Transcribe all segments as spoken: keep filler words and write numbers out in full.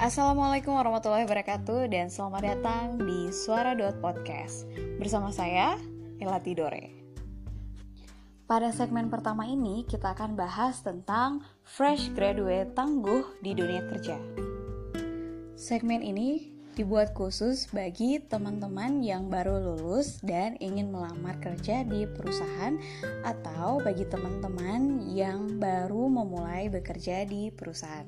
Assalamualaikum warahmatullahi wabarakatuh dan selamat datang di Suara Dot Podcast bersama saya, Ella Tidore. Pada segmen pertama ini kita akan bahas tentang fresh graduate tangguh di dunia kerja. Segmen ini dibuat khusus bagi teman-teman yang baru lulus dan ingin melamar kerja di perusahaan atau bagi teman-teman yang baru memulai bekerja di perusahaan.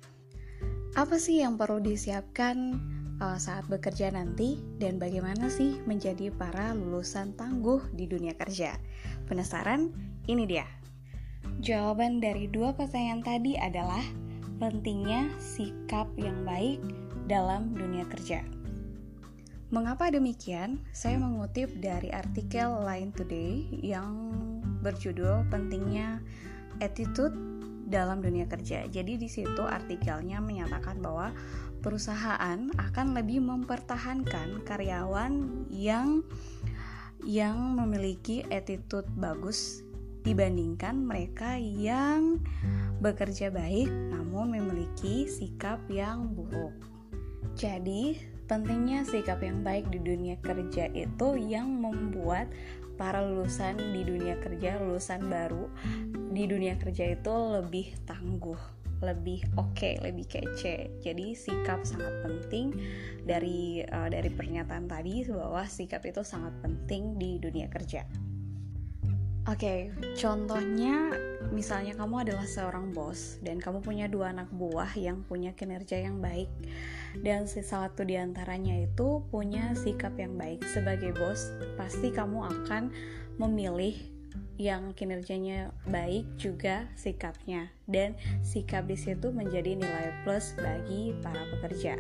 Apa sih yang perlu disiapkan uh, saat bekerja nanti dan bagaimana sih menjadi para lulusan tangguh di dunia kerja? Penasaran? Ini dia. Jawaban dari dua pertanyaan tadi adalah pentingnya sikap yang baik dalam dunia kerja. Mengapa demikian? Saya mengutip dari artikel Line Today yang berjudul Pentingnya Attitude dalam dunia kerja. Jadi di situ artikelnya menyatakan bahwa perusahaan akan lebih mempertahankan karyawan yang yang memiliki attitude bagus dibandingkan mereka yang bekerja baik namun memiliki sikap yang buruk. Jadi, pentingnya sikap yang baik di dunia kerja itu yang membuat para lulusan di dunia kerja, lulusan baru di dunia kerja itu lebih tangguh, lebih oke, okay, lebih kece. Jadi sikap sangat penting dari uh, dari pernyataan tadi bahwa sikap itu sangat penting di dunia kerja. Oke, okay, contohnya misalnya kamu adalah seorang bos dan kamu punya dua anak buah yang punya kinerja yang baik dan salah satu diantaranya itu punya sikap yang baik. Sebagai bos, pasti kamu akan memilih yang kinerjanya baik juga sikapnya, dan sikap di situ menjadi nilai plus bagi para pekerja.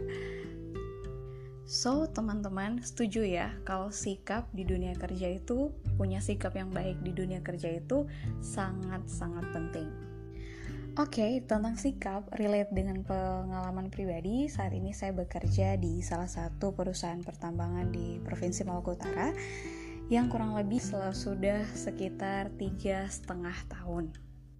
So, teman-teman setuju ya kalau sikap di dunia kerja itu, punya sikap yang baik di dunia kerja itu sangat-sangat penting. Oke, okay, tentang sikap relate dengan pengalaman pribadi. Saat ini saya bekerja di salah satu perusahaan pertambangan di Provinsi Maluku Utara yang kurang lebih sudah sekitar tiga setengah tahun.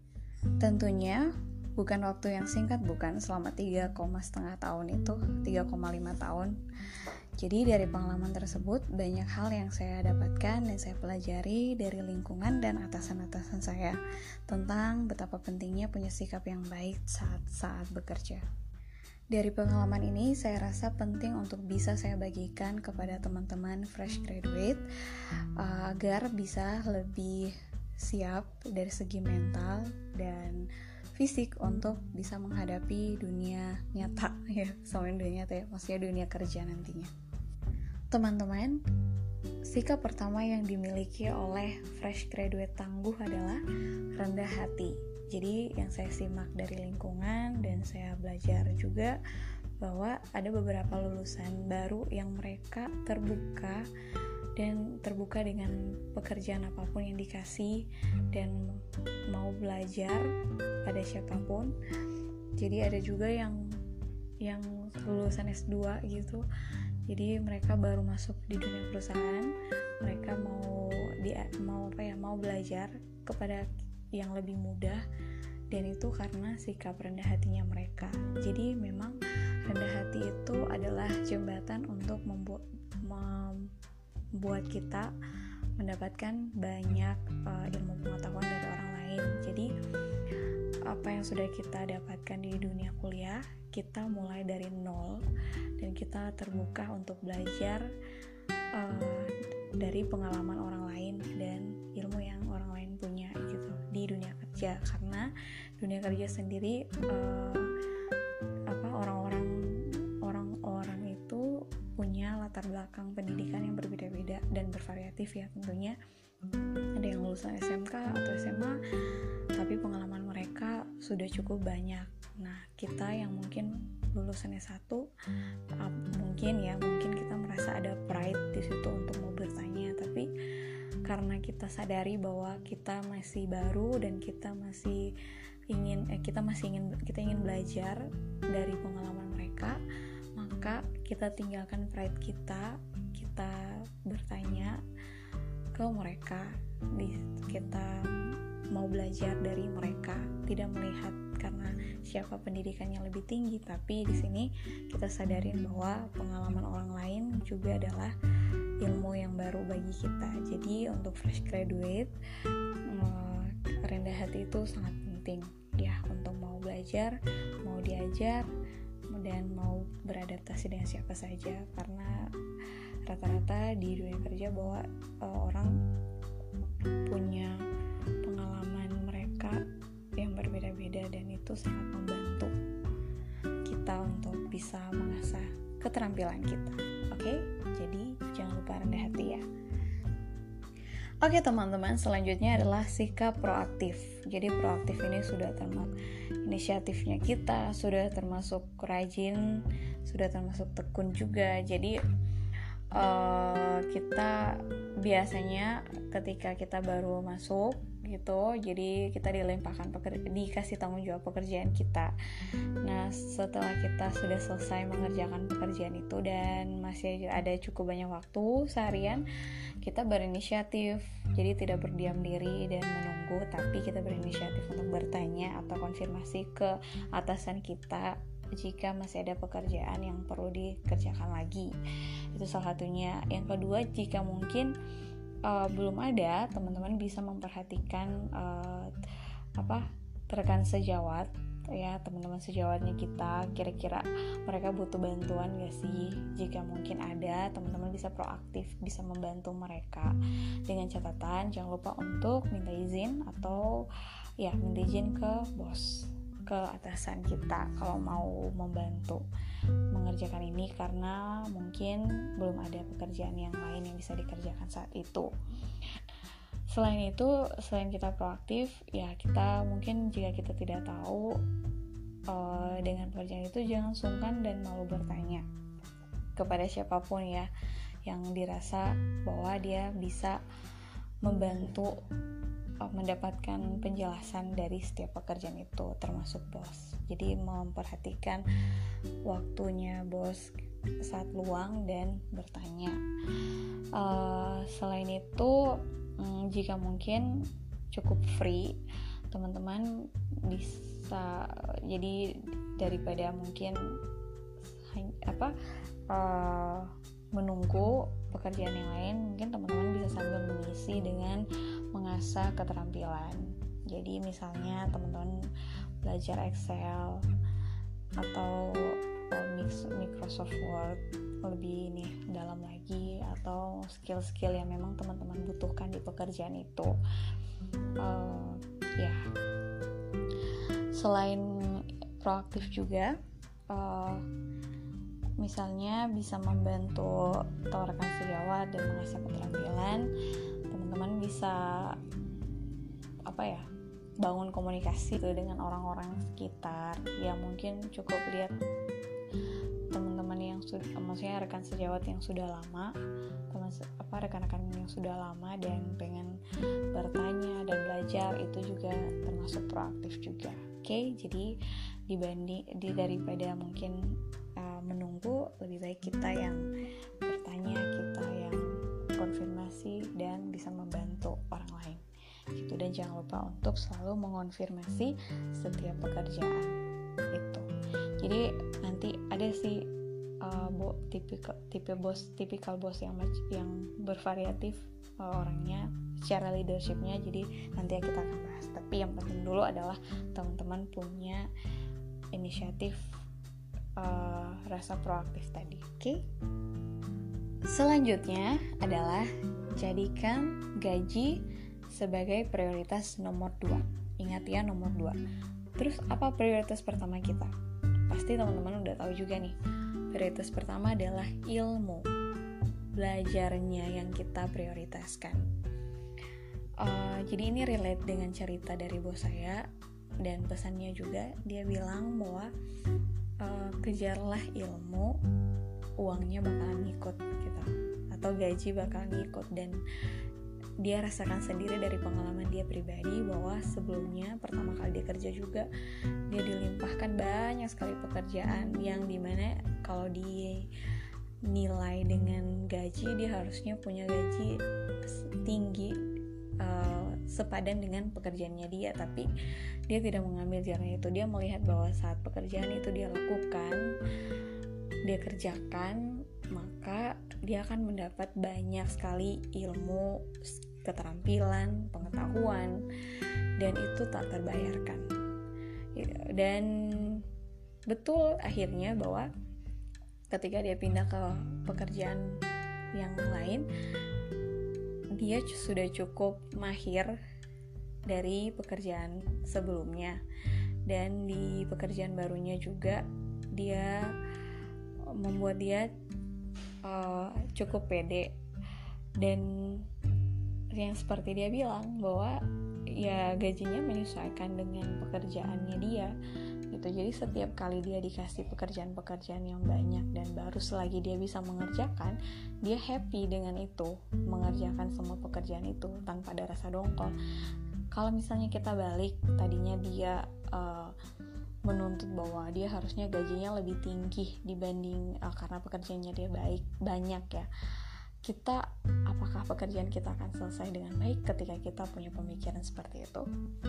Tentunya bukan waktu yang singkat, bukan selama tiga setengah tahun itu, tiga koma lima tahun. Jadi dari pengalaman tersebut banyak hal yang saya dapatkan dan saya pelajari dari lingkungan dan atasan-atasan saya tentang betapa pentingnya punya sikap yang baik saat-saat bekerja. Dari pengalaman ini saya rasa penting untuk bisa saya bagikan kepada teman-teman fresh graduate uh, agar bisa lebih siap dari segi mental dan fisik untuk bisa menghadapi dunia nyata ya, sama dunia nyata ya, maksudnya dunia kerja nantinya. Teman-teman, sikap pertama yang dimiliki oleh fresh graduate tangguh adalah rendah hati. Jadi yang saya simak dari lingkungan dan saya belajar juga bahwa ada beberapa lulusan baru yang mereka terbuka dan terbuka dengan pekerjaan apapun yang dikasih dan mau belajar pada siapapun. Jadi ada juga yang yang lulusan S dua gitu. Jadi mereka baru masuk di dunia perusahaan, mereka mau di mau apa ya, mau belajar kepada yang lebih mudah, dan itu karena sikap rendah hatinya mereka. Jadi memang rendah hati itu adalah jembatan untuk membuat mem, buat kita mendapatkan banyak uh, ilmu pengetahuan dari orang lain. Jadi apa yang sudah kita dapatkan di dunia kuliah, kita mulai dari nol dan kita terbuka untuk belajar uh, dari pengalaman orang lain dan ilmu yang orang lain punya gitu di dunia kerja. Karena dunia kerja sendiri uh, apa orang-orang orang-orang itu punya latar belakang pendidikan yang berbeda-beda dan bervariatif ya tentunya. Ada yang lulusan S M K atau S M A tapi pengalaman mereka sudah cukup banyak. Nah, kita yang mungkin lulusan S satu uh, mungkin ya, mungkin kita merasa ada pride di situ untuk mau bertanya, tapi karena kita sadari bahwa kita masih baru dan kita masih ingin eh, kita masih ingin kita ingin belajar dari pengalaman mereka, maka kita tinggalkan pride kita, kita bertanya ke mereka, kita mau belajar dari mereka, tidak melihat karena siapa pendidikannya lebih tinggi, tapi di sini kita sadarin bahwa pengalaman orang lain juga adalah ilmu yang baru bagi kita. Jadi untuk fresh graduate, rendah hati itu sangat penting ya, untuk mau belajar, mau diajar, dan mau beradaptasi dengan siapa saja, karena rata-rata di dunia kerja bahwa uh, orang punya pengalaman mereka yang berbeda-beda, dan itu sangat membantu kita untuk bisa mengasah keterampilan kita. Oke, jadi jangan lupa rendah hati ya. Oke teman-teman, selanjutnya adalah sikap proaktif. Jadi proaktif ini sudah termasuk inisiatifnya kita, sudah termasuk rajin, sudah termasuk tekun juga. Jadi uh, kita biasanya ketika kita baru masuk gitu, jadi kita dilimpahkan peker- dikasih tanggung jawab pekerjaan kita. Nah, setelah kita sudah selesai mengerjakan pekerjaan itu dan masih ada cukup banyak waktu seharian, kita berinisiatif. Jadi tidak berdiam diri dan menunggu, tapi kita berinisiatif untuk bertanya atau konfirmasi ke atasan kita jika masih ada pekerjaan yang perlu dikerjakan lagi. Itu salah satunya. Yang kedua, jika mungkin uh, belum ada, teman-teman bisa memperhatikan uh, apa rekan sejawat ya, teman-teman sejawatnya kita, kira-kira mereka butuh bantuan gak sih? Jika mungkin ada, teman-teman bisa proaktif, bisa membantu mereka, dengan catatan jangan lupa untuk minta izin atau ya minta izin ke bos, ke atasan kita kalau mau membantu mengerjakan ini, karena mungkin belum ada pekerjaan yang lain yang bisa dikerjakan saat itu. Selain itu, selain kita proaktif, ya kita mungkin jika kita tidak tahu uh, dengan pekerjaan itu, jangan sungkan dan malu bertanya kepada siapapun ya, yang dirasa bahwa dia bisa membantu uh, mendapatkan penjelasan dari setiap pekerjaan itu, termasuk bos. Jadi memperhatikan waktunya bos saat luang dan bertanya. Uh, selain itu, Hmm, jika mungkin cukup free, teman-teman bisa, jadi daripada mungkin apa uh, menunggu pekerjaan yang lain, mungkin teman-teman bisa sambil mengisi dengan mengasah keterampilan. Jadi misalnya teman-teman belajar Excel atau Microsoft Word lebih ini dalam lagi, atau skill-skill yang memang teman-teman butuhkan di pekerjaan itu. Uh, ya, selain proaktif juga, uh, misalnya bisa membantu atau rekan sejawat dan mengasah keterampilan, teman-teman bisa apa ya, bangun komunikasi tuh dengan orang-orang sekitar yang mungkin cukup lihat teman-teman yang sudah, maksudnya rekan sejawat yang sudah lama, teman apa rekan-rekan yang sudah lama dan pengen bertanya dan belajar, itu juga termasuk proaktif juga. Oke, okay? Jadi dibanding di daripada mungkin uh, menunggu, lebih baik kita yang bertanya, kita yang konfirmasi dan bisa membantu orang lain. Gitu. Dan jangan lupa untuk selalu mengonfirmasi setiap pekerjaan itu. Jadi nanti ada sih uh, bo, tipikal tipe bos tipikal bos yang yang bervariatif uh, orangnya secara leadershipnya. Jadi nanti kita akan bahas. Tapi yang penting dulu adalah teman-teman punya inisiatif, uh, rasa proaktif tadi. Oke? Okay? Selanjutnya adalah jadikan gaji sebagai prioritas nomor dua. Ingat ya, nomor dua. Terus apa prioritas pertama kita? Pasti teman-teman udah tahu juga nih. Prioritas pertama adalah ilmu, belajarnya yang kita prioritaskan. Uh, jadi ini relate dengan cerita dari bos saya, dan pesannya juga dia bilang bahwa uh, kejarlah ilmu, uangnya bakalan ngikut gitu, atau gaji bakalan ngikut. Dan dia rasakan sendiri dari pengalaman dia pribadi bahwa sebelumnya pertama kali dia kerja juga, dia dilimpahkan banyak sekali pekerjaan yang dimana kalau dinilai dengan gaji, dia harusnya punya gaji tinggi uh, sepadan dengan pekerjaannya dia, tapi dia tidak mengambil jalan itu. Dia melihat bahwa saat pekerjaan itu dia lakukan, dia kerjakan, maka dia akan mendapat banyak sekali ilmu, keterampilan, pengetahuan, dan itu tak terbayarkan. Dan betul akhirnya bahwa ketika dia pindah ke pekerjaan yang lain, dia sudah cukup mahir dari pekerjaan sebelumnya, dan di pekerjaan barunya juga dia membuat dia uh, cukup pede, dan yang seperti dia bilang bahwa ya gajinya menyesuaikan dengan pekerjaannya dia gitu. Jadi setiap kali dia dikasih pekerjaan-pekerjaan yang banyak dan baru selagi dia bisa mengerjakan, dia happy dengan itu, mengerjakan semua pekerjaan itu tanpa ada rasa dongkol. Kalau misalnya kita balik, tadinya dia uh, menuntut bahwa dia harusnya gajinya lebih tinggi dibanding uh, karena pekerjaannya dia baik banyak ya. Kita, apakah pekerjaan kita akan selesai dengan baik ketika kita punya pemikiran seperti itu?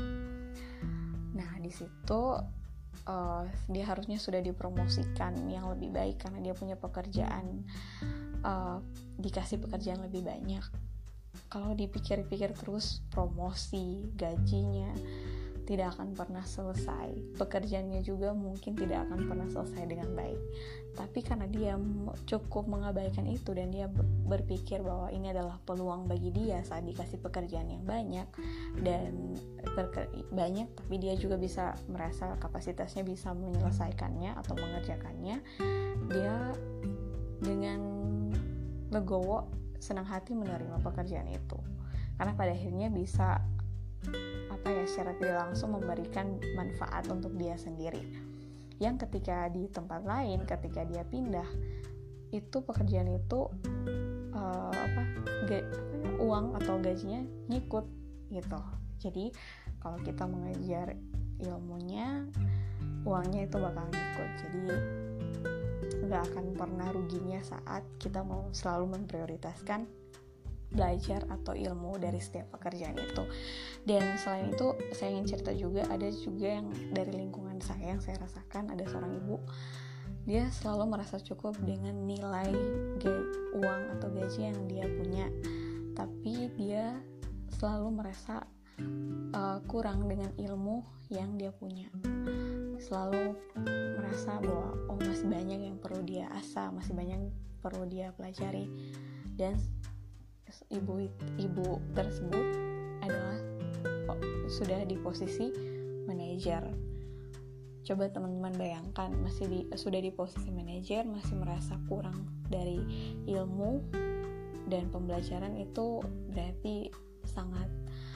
Nah, di situ uh, dia harusnya sudah dipromosikan yang lebih baik karena dia punya pekerjaan, uh, dikasih pekerjaan lebih banyak. Kalau dipikir-pikir terus, promosi, gajinya tidak akan pernah selesai, pekerjaannya juga mungkin tidak akan pernah selesai dengan baik. Tapi karena dia cukup mengabaikan itu dan dia berpikir bahwa ini adalah peluang bagi dia saat dikasih pekerjaan yang banyak dan berke- banyak, tapi dia juga bisa merasa kapasitasnya bisa menyelesaikannya atau mengerjakannya, dia dengan legowo, senang hati menerima pekerjaan itu. Karena pada akhirnya bisa apa ya secara tidak langsung memberikan manfaat untuk dia sendiri. Yang ketika di tempat lain, ketika dia pindah, itu pekerjaan itu uh, apa, ga, apa ya, uang atau gajinya ngikut gitu. Jadi kalau kita mengajar ilmunya, uangnya itu bakal ngikut. Jadi nggak akan pernah ruginya saat kita mau selalu memprioritaskan belajar atau ilmu dari setiap pekerjaan itu. Dan selain itu saya ingin cerita juga, ada juga yang dari lingkungan saya yang saya rasakan, ada seorang ibu, dia selalu merasa cukup dengan nilai ga- uang atau gaji yang dia punya, tapi dia selalu merasa uh, kurang dengan ilmu yang dia punya, selalu merasa bahwa oh masih banyak yang perlu dia asah, masih banyak yang perlu dia pelajari. Dan ibu ibu tersebut adalah oh, sudah di posisi manajer. Coba teman-teman bayangkan, masih di, sudah di posisi manajer, masih merasa kurang dari ilmu dan pembelajaran, itu berarti sangat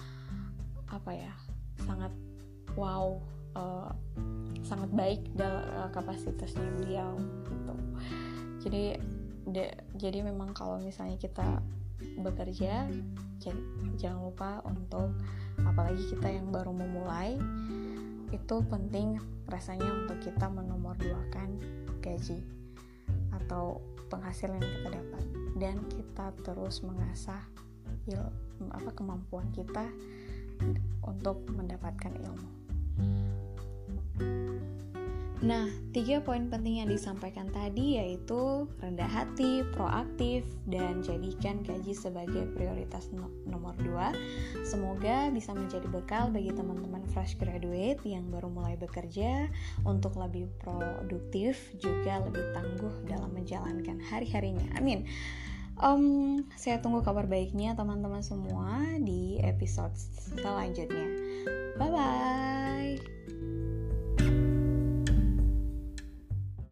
apa ya, sangat wow, uh, sangat baik dalam uh, kapasitasnya beliau gitu. Jadi de, jadi memang kalau misalnya kita bekerja, jadi jangan lupa untuk, apalagi kita yang baru memulai, itu penting rasanya untuk kita menomorduakan gaji atau penghasilan yang kita dapat, dan kita terus mengasah il, apa kemampuan kita untuk mendapatkan ilmu. Nah, tiga poin penting yang disampaikan tadi yaitu rendah hati, proaktif, dan jadikan gaji sebagai prioritas no- nomor dua. Semoga bisa menjadi bekal bagi teman-teman fresh graduate yang baru mulai bekerja untuk lebih produktif, juga lebih tangguh dalam menjalankan hari-harinya. Amin. Um, saya tunggu kabar baiknya teman-teman semua di episode selanjutnya.